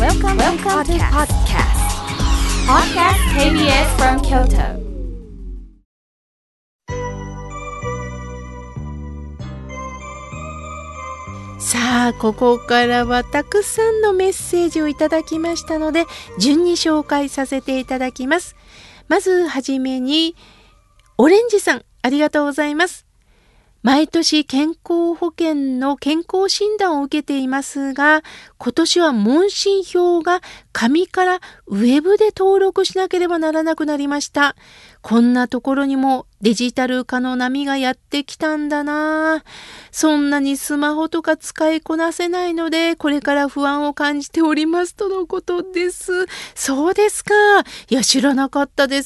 Welcome to podcast KBS from Kyoto. さあ、ここからはたくさんのメッセージをいただきましたので、順に紹介させていただきます。まずはじめに、オレンジさん、ありがとうございます。毎年健康保険の健康診断を受けていますが、今年は問診票が紙からウェブで登録しなければならなくなりました。こんなところにもデジタル化の波がやってきたんだな。そんなにスマホとか使いこなせないので、これから不安を感じておりますとのことです。そうですか。いや、知らなかったです。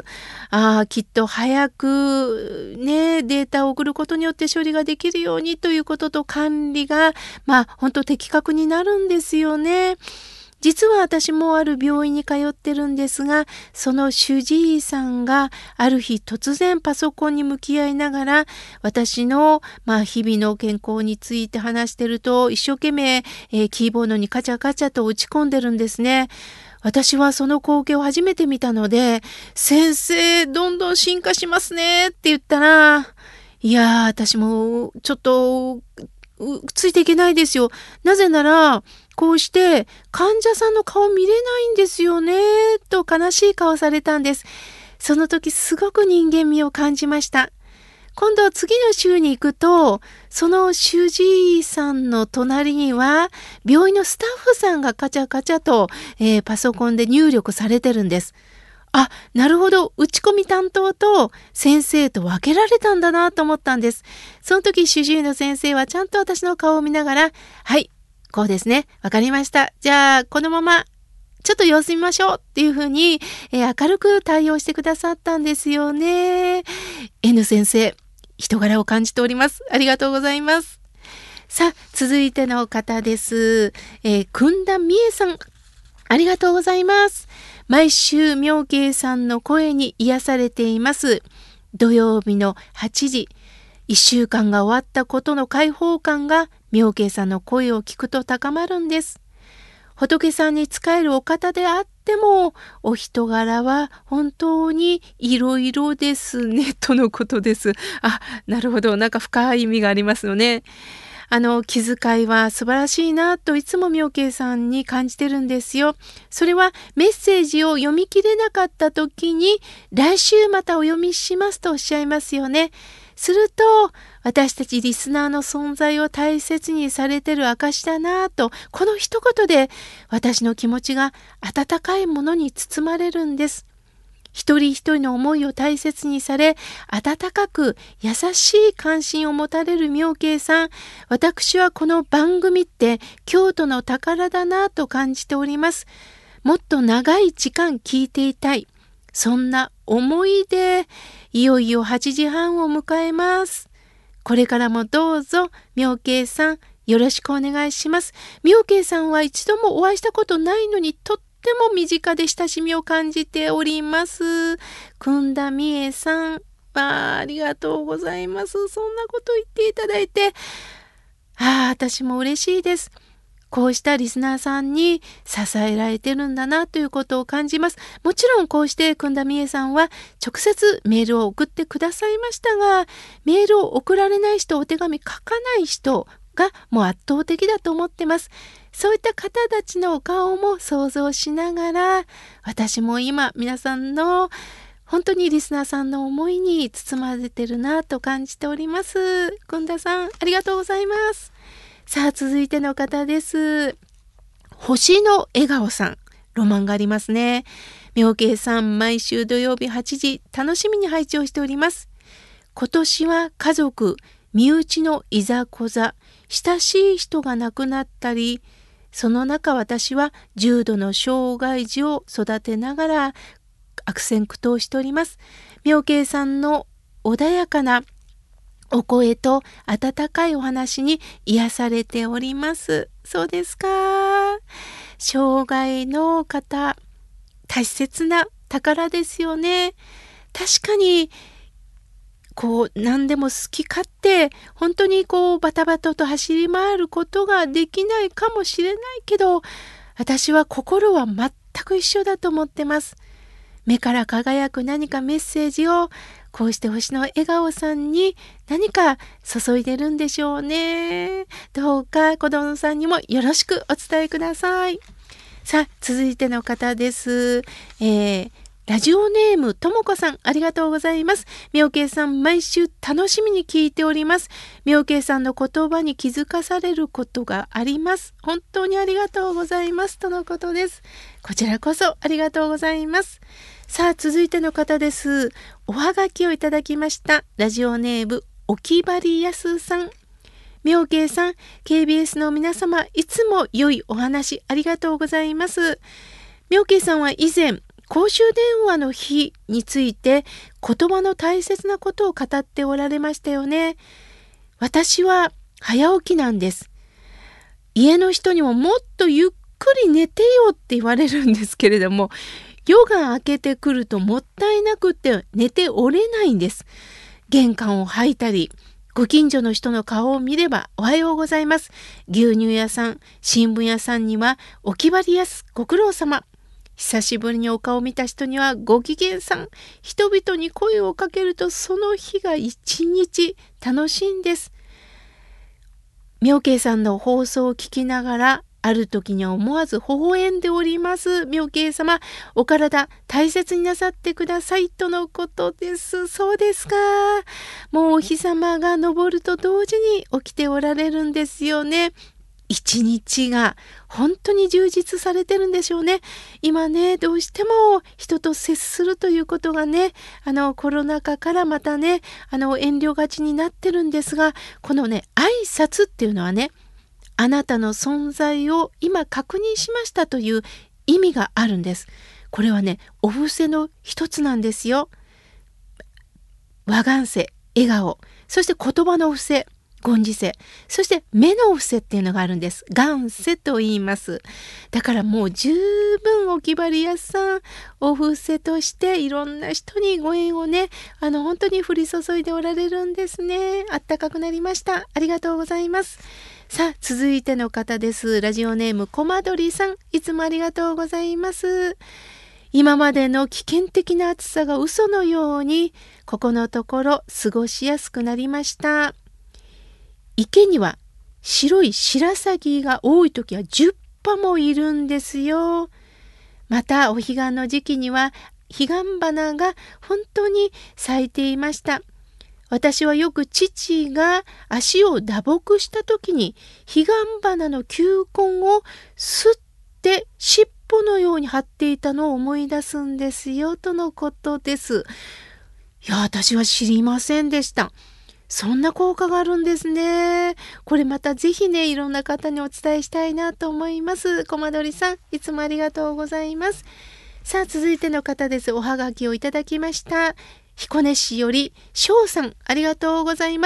きっと早くね、データを送ることによって処理ができるようにということと管理が、本当的確になるんですよね。実は私もある病院に通ってるんですが、その主治医さんがある日突然パソコンに向き合いながら、私の日々の健康について話してると、一生懸命、キーボードにカチャカチャと打ち込んでるんですね。私はその光景を初めて見たので、先生、どんどん進化しますねって言ったら、いやー、私もちょっとついていけないですよ。なぜなら、こうして患者さんの顔見れないんですよね、と悲しい顔されたんです。その時すごく人間味を感じました。今度次の週に行くと、その主治医さんの隣には病院のスタッフさんがカチャカチャと、パソコンで入力されてるんです。なるほど。打ち込み担当と先生と分けられたんだなと思ったんです。その時主治医の先生はちゃんと私の顔を見ながら、はい、こうですね。わかりました。じゃあ、このままちょっと様子見ましょうっていうふうに、明るく対応してくださったんですよね。N 先生、人柄を感じております。ありがとうございます。さあ、続いての方です。くんだみえさん、ありがとうございます。毎週妙慶さんの声に癒されています。土曜日の8時、1週間が終わったことの解放感が妙慶さんの声を聞くと高まるんです。仏さんに仕えるお方であっても、お人柄は本当にいろいろですね、とのことです。なるほど。なんか深い意味がありますよね。気遣いは素晴らしいなといつも妙慶さんに感じてるんですよ。それはメッセージを読み切れなかった時に、来週またお読みしますとおっしゃいますよね。すると、私たちリスナーの存在を大切にされてる証だなと、この一言で私の気持ちが温かいものに包まれるんです。一人一人の思いを大切にされ、温かく優しい関心を持たれる妙慶さん、私はこの番組って京都の宝だなと感じております。もっと長い時間聞いていたい。そんな思いで、いよいよ8時半を迎えます。これからもどうぞ妙慶さん、よろしくお願いします。妙慶さんは一度もお会いしたことないのに、とっても身近で親しみを感じております。くんだみえさん、ありがとうございます。そんなこと言っていただいて、私も嬉しいです。こうしたリスナーさんに支えられてるんだなということを感じます。もちろんこうしてくんだみえさんは直接メールを送ってくださいましたが、メールを送られない人、お手紙書かない人がもう圧倒的だと思ってます。そういった方たちのお顔も想像しながら、私も今皆さんの本当にリスナーさんの思いに包まれてるなと感じております。くんださん、ありがとうございます。さあ、続いての方です。星の笑顔さん、ロマンがありますね。妙慶さん、毎週土曜日8時、楽しみに拝聴しております。今年は家族、身内のいざこざ、親しい人が亡くなったり、その中私は重度の障害児を育てながら悪戦苦闘しております。妙慶さんの穏やかなお声と温かいお話に癒されております。そうですか。障害の方、大切な宝ですよね。確かに何でも好き勝手、本当にバタバタと走り回ることができないかもしれないけど、 私は心は全く一緒だと思ってます。目から輝く何かメッセージをこうして星の笑顔さんに何か注いでるんでしょうね。どうか子供さんにもよろしくお伝えください。さあ続いての方です。ラジオネームともこさん、ありがとうございます。みおけいさん、毎週楽しみに聞いております。みおけいさんの言葉に気づかされることがあります。本当にありがとうございますとのことです。こちらこそありがとうございます。さあ続いての方です。おはがきをいただきました。ラジオネームおきばりやすさん、みょうけいさん、 KBS の皆様、いつも良いお話ありがとうございます。みょうけいさんは以前公衆電話の日について言葉の大切なことを語っておられましたよね。私は早起きなんです。家の人にももっとゆっくり寝てよって言われるんですけれども、夜が明けてくるともったいなくって寝ておれないんです。玄関を吐いたり、ご近所の人の顔を見ればおはようございます。牛乳屋さん、新聞屋さんにはお気張りやす、ご苦労様。久しぶりにお顔を見た人にはご機嫌さん。人々に声をかけるとその日が一日楽しいんです。みょうけいさんの放送を聞きながら、ある時には思わず微笑んでおります。みょうけい様、お体大切になさってくださいとのことです。そうですか。もうお日様が昇ると同時に起きておられるんですよね。一日が本当に充実されてるんでしょうね。今ね、どうしても人と接するということがね、コロナ禍からまたね、遠慮がちになってるんですが、このね、挨拶っていうのはね、あなたの存在を今確認しましたという意味があるんです。これはね、お布施の一つなんですよ。和顔世、笑顔、そして言葉のお布施、言辞世、そして目のお布施っていうのがあるんです。眼世と言います。だからもう十分お気張り屋さん、お布施としていろんな人にご縁をね、本当に降り注いでおられるんですね。あったかくなりました。ありがとうございます。さあ続いての方です。ラジオネームこまどりさん、いつもありがとうございます。今までの危険的な暑さが嘘のようにここのところ過ごしやすくなりました。池には白い白鷺が多い時は10羽もいるんですよ。またお彼岸の時期には彼岸花が本当に咲いていました。私はよく父が足を打撲した時に彼岸花の球根を吸って尻尾のように張っていたのを思い出すんですよとのことです。いや、私は知りませんでした。そんな効果があるんですね。これまたぜひね、いろんな方にお伝えしたいなと思います。こまどりさん、いつもありがとうございます。さあ続いての方です。おはがきをいただきました。彦根市より翔さん、ありがとうございます。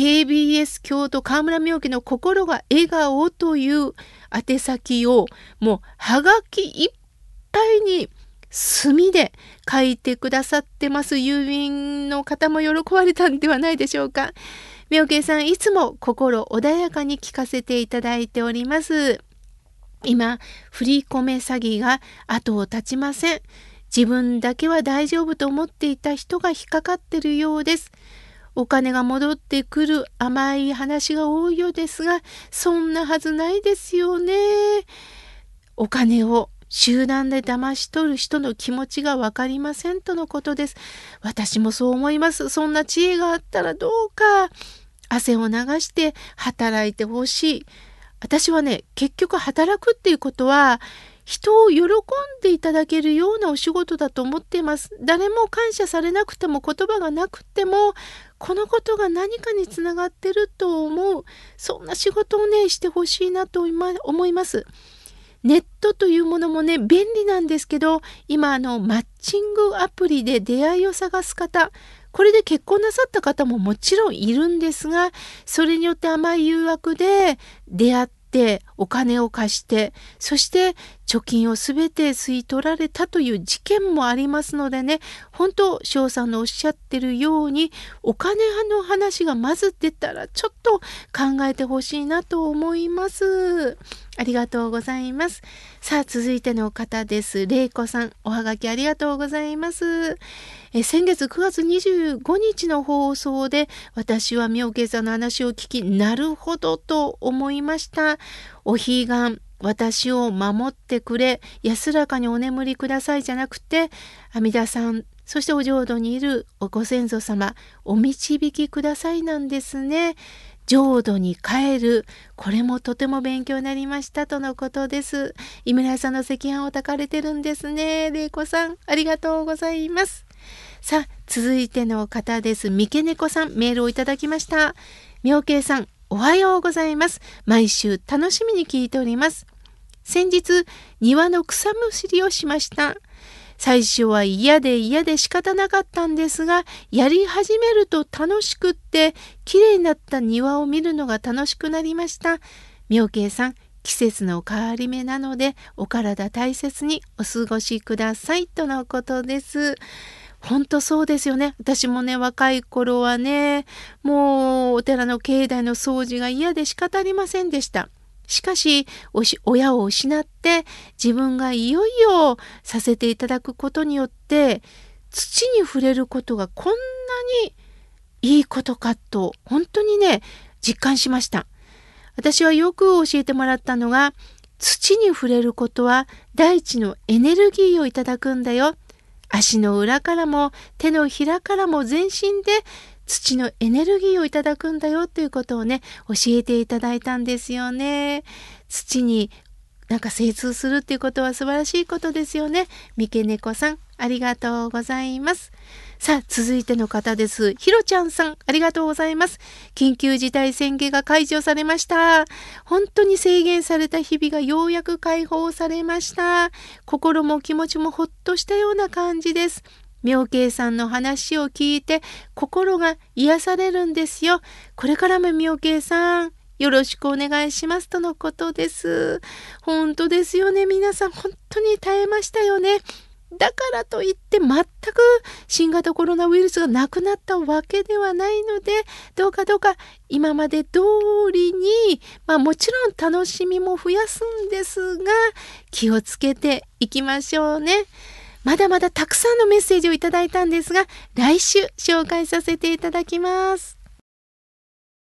KBS 京都河村明家の心が笑顔という宛先をもうはがきいっぱいに墨で書いてくださってます。郵便の方も喜ばれたんではないでしょうか。明家さん、いつも心穏やかに聞かせていただいております。今振り込め詐欺が後を絶ちません。自分だけは大丈夫と思っていた人が引っかかってるようです。お金が戻ってくる甘い話が多いようですが、そんなはずないですよね。お金を集団で騙し取る人の気持ちが分かりませんとのことです。私もそう思います。そんな知恵があったらどうか汗を流して働いてほしい。私はね、結局働くっていうことは人を喜んでいただけるようなお仕事だと思っています。誰も感謝されなくても言葉がなくてもこのことが何かにつながってると思う、そんな仕事をねしてほしいなと思います。ネットというものもね便利なんですけど、今マッチングアプリで出会いを探す方、これで結婚なさった方ももちろんいるんですが、それによって甘い誘惑で出会ってお金を貸して、そして貯金をすべて吸い取られたという事件もありますのでね、本当翔さんのおっしゃってるようにお金の話がまず出たらちょっと考えてほしいなと思います。ありがとうございます。さあ続いての方です。れいこさん、おはがきありがとうございます。先月9月25日の放送で私は妙慶さんの話を聞き、なるほどと思いました。お彼岸、私を守ってくれ、安らかにお眠りくださいじゃなくて、阿弥陀さん、そしてお浄土にいるご先祖様、お導きくださいなんですね。浄土に帰る、これもとても勉強になりましたとのことです。井村さんの赤飯を炊かれてるんですね。れいこさん、ありがとうございます。さあ続いての方です。三毛猫さん、メールをいただきました。妙慶さん、おはようございます。毎週楽しみに聞いております。先日庭の草むしりをしました。最初は嫌で仕方なかったんですが、やり始めると楽しくって、綺麗になった庭を見るのが楽しくなりました。妙慶さん、季節の変わり目なのでお体大切にお過ごしくださいとのことです。本当そうですよね。私もね、若い頃はね、もうお寺の境内の掃除が嫌で仕方ありませんでした。しかし、親を失って自分がいよいよさせていただくことによって、土に触れることがこんなにいいことかと、本当にね、実感しました。私はよく教えてもらったのが、土に触れることは大地のエネルギーをいただくんだよ。足の裏からも手のひらからも全身で土のエネルギーをいただくんだよということをね、教えていただいたんですよね。土に精通するっていうことは素晴らしいことですよね。三毛猫さん、ありがとうございます。さあ続いての方です。ひろちゃんさん、ありがとうございます。緊急事態宣言が解除されました。本当に制限された日々がようやく解放されました。心も気持ちもほっとしたような感じです。妙慶さんの話を聞いて心が癒されるんですよ。これからも妙慶さん、よろしくお願いしますとのことです。本当ですよね。皆さん本当に耐えましたよね。だからといって全く新型コロナウイルスがなくなったわけではないので、どうか今まで通りに、もちろん楽しみも増やすんですが、気をつけていきましょうね。まだまだたくさんのメッセージをいただいたんですが、来週紹介させていただきます。